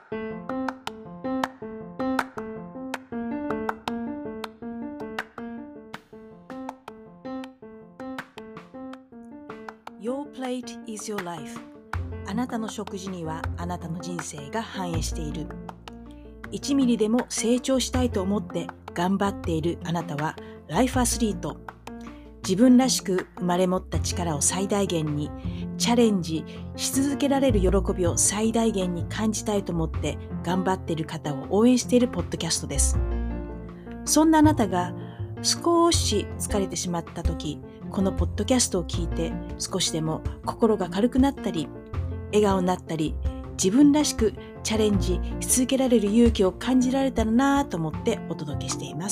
Your plate is your life. あなたの食事にはあなたの人生が反映している。1ミリでも成長したいと思って頑張っているあなたはライフアスリート。自分らしく生まれ持った力を最大限にチャレンジし続けられる喜びを最大限に感じたいと思って頑張っている方を応援しているポッドキャストです。そんなあなたが少し疲れてしまった時、このポッドキャストを聞いて少しでも心が軽くなったり、笑顔になったり、自分らしくチャレンジし続けられる勇気を感じられたらなと思ってお届けしています。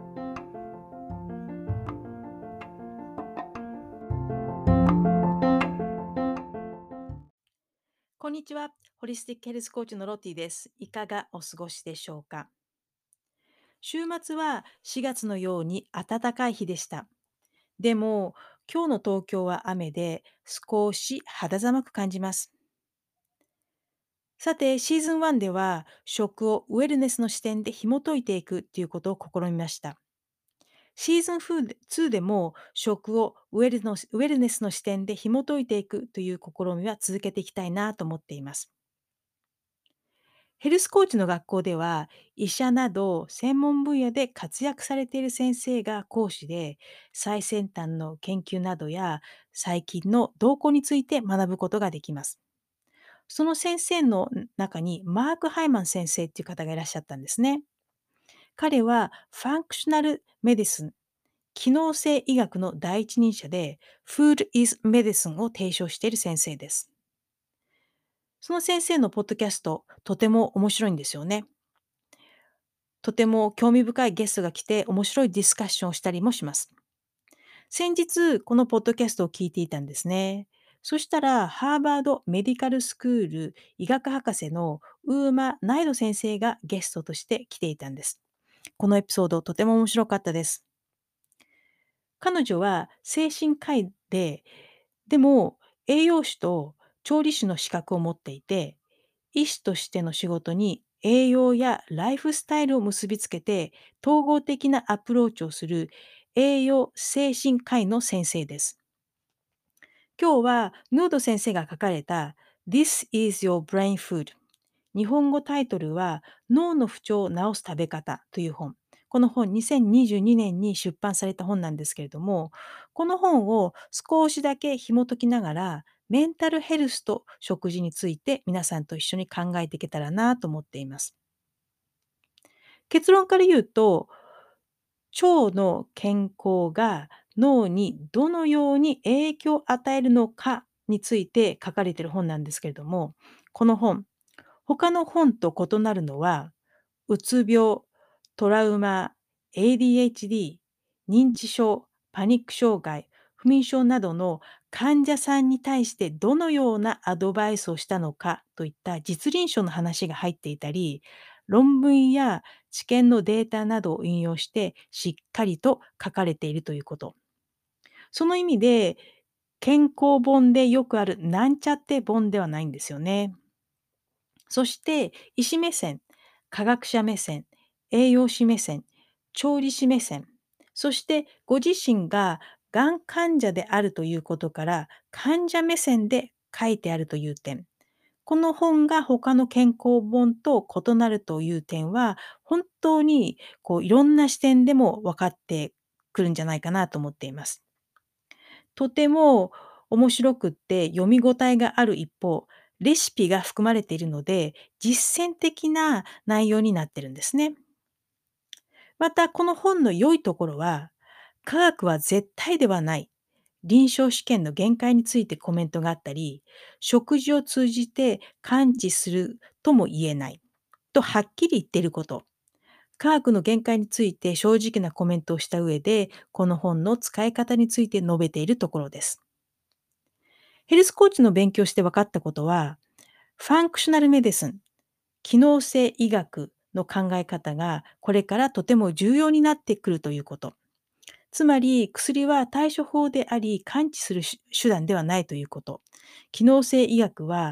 こんにちは。ホリスティックヘルスコーチのロティです。いかがお過ごしでしょうか。週末は4月のように暖かい日でした。でも、今日の東京は雨で少し肌寒く感じます。さて、シーズン1では食をウェルネスの視点で紐解いていくということを試みました。シーズン2でも食をウェルネスの視点で紐解いていくという試みは続けていきたいなと思っています。ヘルスコーチの学校では医者など専門分野で活躍されている先生が講師で最先端の研究などや最近の動向について学ぶことができます。その先生の中にマーク・ハイマン先生っていう方がいらっしゃったんですね。彼はファンクショナルメディスン、機能性医学の第一人者で Food is Medicine を提唱している先生です。その先生のポッドキャスト、とても面白いんですよね。とても興味深いゲストが来て面白いディスカッションをしたりもします。先日、このポッドキャストを聞いていたんですね。そしたら、ハーバードメディカルスクール医学博士のウーマ・ナイド先生がゲストとして来ていたんです。このエピソード、とても面白かったです。彼女は精神科医でも栄養士と調理師の資格を持っていて、医師としての仕事に栄養やライフスタイルを結びつけて統合的なアプローチをする栄養精神科医の先生です。今日はヌード先生が書かれた This is your brain food。日本語タイトルは脳の不調を治す食べ方という本。この本2022年に出版された本なんですけれども、この本を少しだけ紐解きながら、メンタルヘルスと食事について皆さんと一緒に考えていけたらなと思っています。結論から言うと、腸の健康が脳にどのように影響を与えるのかについて書かれている本なんですけれども、この本、他の本と異なるのは、うつ病、トラウマ、ADHD、認知症、パニック障害、不眠症などの患者さんに対してどのようなアドバイスをしたのかといった実臨床の話が入っていたり、論文や治験のデータなどを引用してしっかりと書かれているということ。その意味で、健康本でよくあるなんちゃって本ではないんですよね。そして、医師目線、科学者目線、栄養士目線、調理師目線、そしてご自身ががん患者であるということから、患者目線で書いてあるという点。この本が他の健康本と異なるという点は、本当にいろんな視点でも分かってくるんじゃないかなと思っています。とても面白くって読み応えがある一方、レシピが含まれているので、実践的な内容になってるんですね。また、この本の良いところは、科学は絶対ではない。臨床試験の限界についてコメントがあったり、食事を通じて感知するとも言えないとはっきり言っていること。科学の限界について正直なコメントをした上で、この本の使い方について述べているところです。ヘルスコーチの勉強して分かったことは、ファンクショナルメディスン、機能性医学の考え方がこれからとても重要になってくるということ。つまり、薬は対処法であり、完治する手段ではないということ。機能性医学は、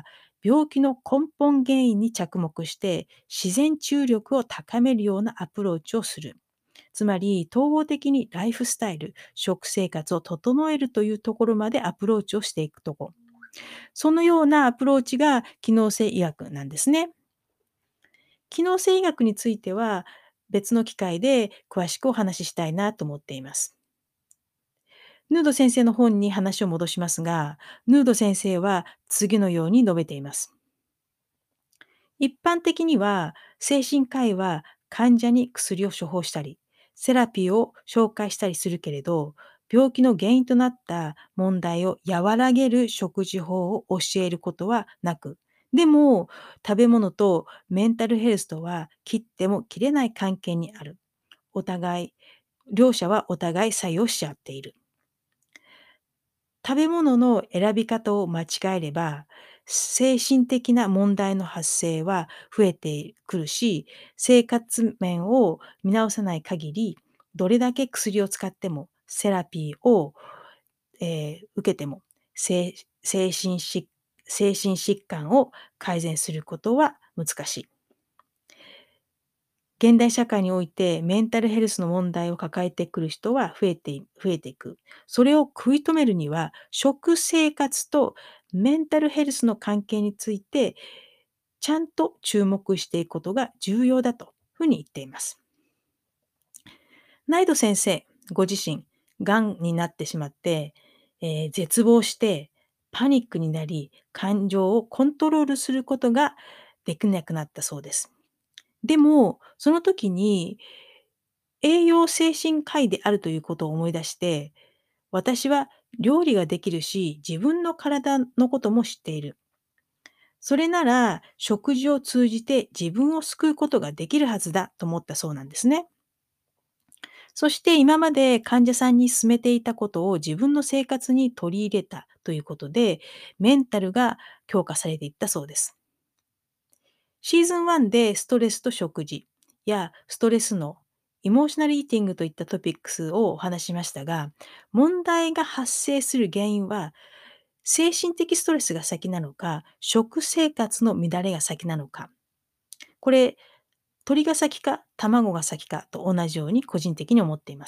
病気の根本原因に着目して自然治癒力を高めるようなアプローチをする。つまり、統合的にライフスタイル、食生活を整えるというところまでアプローチをしていくところ。そのようなアプローチが機能性医学なんですね。機能性医学については別の機会で詳しくお話ししたいなと思っています。ヌード先生の本に話を戻しますが、ヌード先生は次のように述べています。一般的には、精神科医は患者に薬を処方したり、セラピーを紹介したりするけれど、病気の原因となった問題を和らげる食事法を教えることはなく、でも、食べ物とメンタルヘルスとは切っても切れない関係にある。お互い、両者はお互い作用し合っている。食べ物の選び方を間違えれば、精神的な問題の発生は増えてくるし、生活面を見直さない限り、どれだけ薬を使っても、セラピーを、受けても、精精神疾精神疾患を改善することは難しい。現代社会においてメンタルヘルスの問題を抱えてくる人は増えていく。それを食い止めるには、食生活とメンタルヘルスの関係について、ちゃんと注目していくことが重要だというふうに言っています。ナイド先生、ご自身、がんになってしまって、絶望して、パニックになり、感情をコントロールすることができなくなったそうです。でも、その時に栄養精神科医であるということを思い出して、私は料理ができるし、自分の体のことも知っている。それなら、食事を通じて自分を救うことができるはずだと思ったそうなんですね。そして今まで患者さんに勧めていたことを自分の生活に取り入れたということで、メンタルが強化されていったそうです。シーズン1でストレスと食事やストレスのエモーショナルイーティングといったトピックスをお話ししましたが、問題が発生する原因は精神的ストレスが先なのか、食生活の乱れが先なのか。これ、鳥が先か卵が先かと同じように個人的に思っています。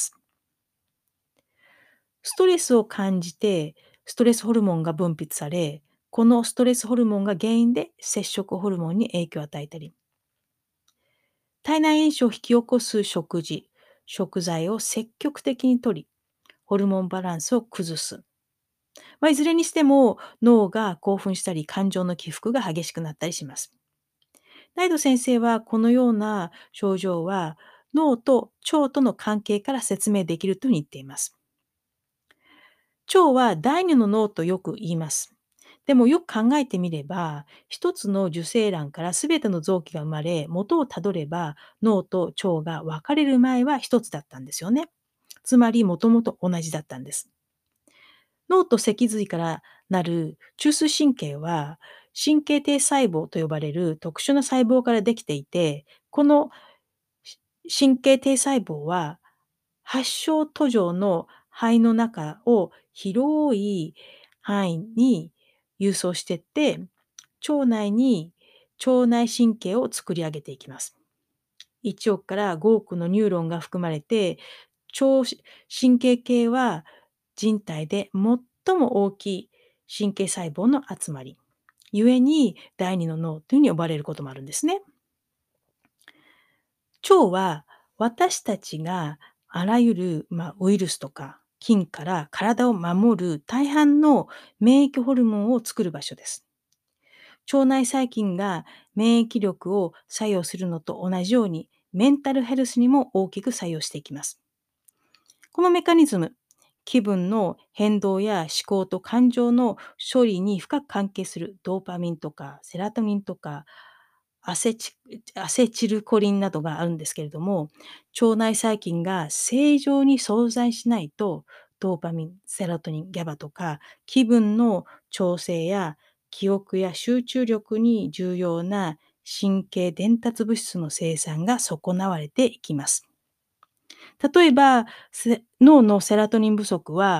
ストレスを感じて、ストレスホルモンが分泌され、このストレスホルモンが原因で摂食ホルモンに影響を与えたり、体内炎症を引き起こす食事、食材を積極的に摂り、ホルモンバランスを崩す。いずれにしても脳が興奮したり感情の起伏が激しくなったりします。ナイド先生はこのような症状は脳と腸との関係から説明できるというふうに言っています。腸は第二の脳とよく言います。でもよく考えてみれば、一つの受精卵からすべての臓器が生まれ、元をたどれば脳と腸が分かれる前は一つだったんですよね。つまりもともと同じだったんです。脳と脊髄からなる中枢神経は、神経堤細胞と呼ばれる特殊な細胞からできていて、この神経堤細胞は発症途上の肺の中を広い範囲に郵送していって、腸内に腸内神経を作り上げていきます。1億から5億のニューロンが含まれて、腸神経系は人体で最も大きい神経細胞の集まり。故に第二の脳というふうに呼ばれることもあるんですね。腸は私たちがあらゆる、ウイルスとか菌から体を守る大半の免疫ホルモンを作る場所です。腸内細菌が免疫力を作用するのと同じように、メンタルヘルスにも大きく作用していきます。このメカニズム、気分の変動や思考と感情の処理に深く関係するドーパミンとかセラトニンとかアセチルコリンなどがあるんですけれども、腸内細菌が正常に存在しないと、ドーパミン、セロトニン、ギャバとか、気分の調整や記憶や集中力に重要な神経伝達物質の生産が損なわれていきます。例えば、脳のセラトニン不足は、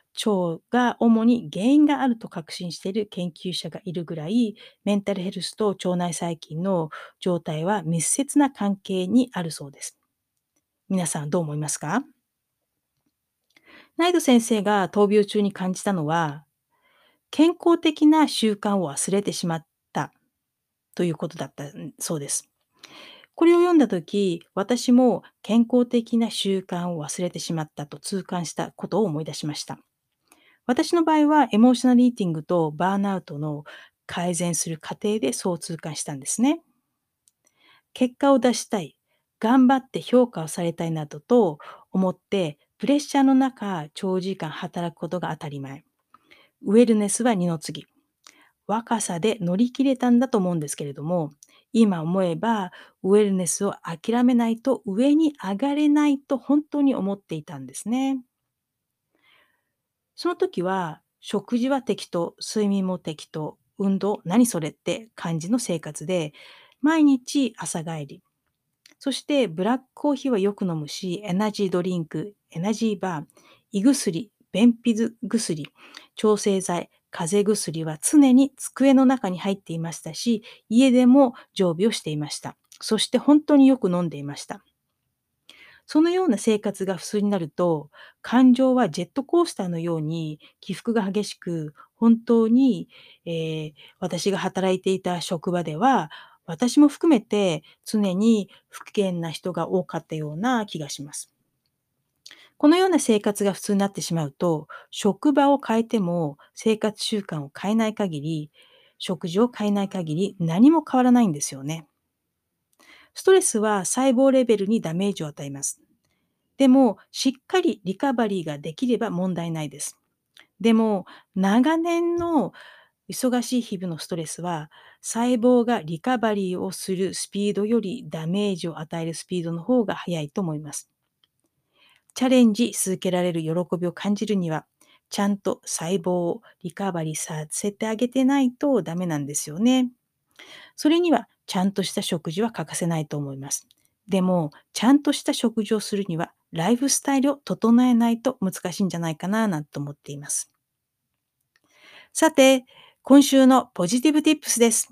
腸が主に原因があると確信している研究者がいるぐらい、メンタルヘルスと腸内細菌の状態は密接な関係にあるそうです。皆さんどう思いますか？ナイト先生が闘病中に感じたのは、健康的な習慣を忘れてしまったということだったそうです。これを読んだとき、私も健康的な習慣を忘れてしまったと痛感したことを思い出しました。私の場合はエモーショナルイーティングとバーンアウトの改善する過程でそう痛感したんですね。結果を出したい、頑張って評価をされたいなどと思って、プレッシャーの中、長時間働くことが当たり前。ウェルネスは二の次。若さで乗り切れたんだと思うんですけれども、今思えば、ウェルネスを諦めないと上に上がれないと本当に思っていたんですね。その時は、食事は適当、睡眠も適当、運動、何それって感じの生活で、毎日朝帰り、そしてブラックコーヒーはよく飲むし、エナジードリンク、エナジーバー、胃薬、便秘薬、調整剤、風邪薬は常に机の中に入っていましたし、家でも常備をしていました。そして本当によく飲んでいました。そのような生活が普通になると、感情はジェットコースターのように起伏が激しく、本当に、私が働いていた職場では、私も含めて常に不機嫌な人が多かったような気がします。このような生活が普通になってしまうと、職場を変えても生活習慣を変えない限り、食事を変えない限り何も変わらないんですよね。ストレスは細胞レベルにダメージを与えます。でも、しっかりリカバリーができれば問題ないです。でも、長年の忙しい日々のストレスは、細胞がリカバリーをするスピードよりダメージを与えるスピードの方が速いと思います。チャレンジし続けられる喜びを感じるには、ちゃんと細胞をリカバリーさせてあげてないとダメなんですよね。それにはちゃんとした食事は欠かせないと思います。でも、ちゃんとした食事をするには、ライフスタイルを整えないと難しいんじゃないかななんて思っています。さて、今週のポジティブティップスです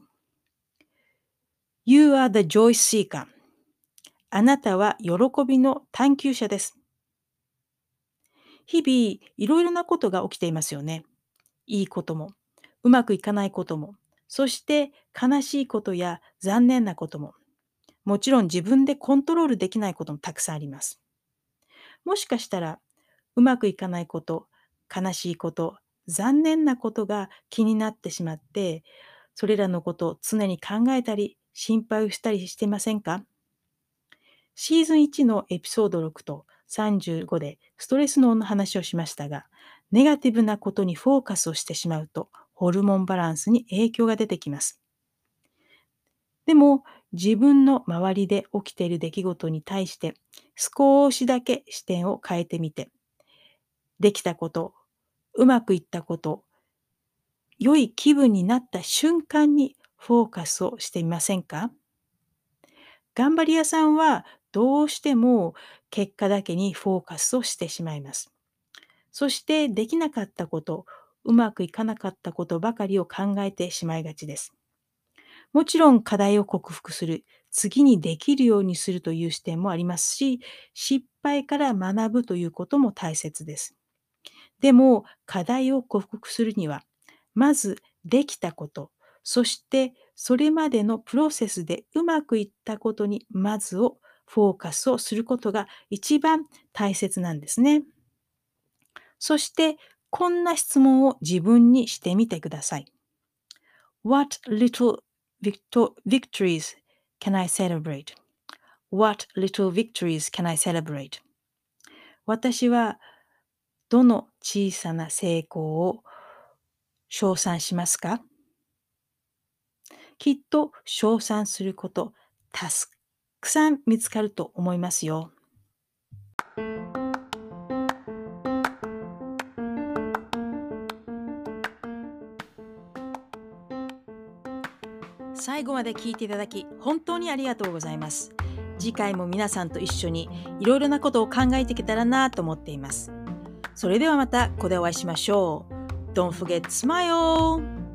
。You are the joy seeker. あなたは喜びの探求者です。日々、いろいろなことが起きていますよね。いいことも、うまくいかないことも、そして悲しいことや残念なことも、もちろん自分でコントロールできないこともたくさんあります。もしかしたら、うまくいかないこと、悲しいこと、残念なことが気になってしまって、それらのことを常に考えたり、心配をしたりしていませんか？シーズン1のエピソード6と35でストレス脳の話をしましたが、ネガティブなことにフォーカスをしてしまうと、ホルモンバランスに影響が出てきます。でも、自分の周りで起きている出来事に対して、少しだけ視点を変えてみて、できたこと、うまくいったこと、良い気分になった瞬間にフォーカスをしてみませんか？頑張り屋さんはどうしても結果だけにフォーカスをしてしまいます。そしてできなかったこと、うまくいかなかったことばかりを考えてしまいがちです。もちろん課題を克服する、次にできるようにするという視点もありますし、失敗から学ぶということも大切です。でも、課題を克服するには、まずできたこと、そしてそれまでのプロセスでうまくいったことにまずをフォーカスをすることが一番大切なんですね。そして、こんな質問を自分にしてみてください。What little victories can I celebrate? What little victories can I celebrate? 私はどの小さな成功を称賛しますか？きっと称賛すること、たくさん見つかると思いますよ。最後まで聞いていただき、本当にありがとうございます。次回も皆さんと一緒にいろいろなことを考えていけたらなと思っています。 それではまたここでお会いしましょう。Don't forget to smile!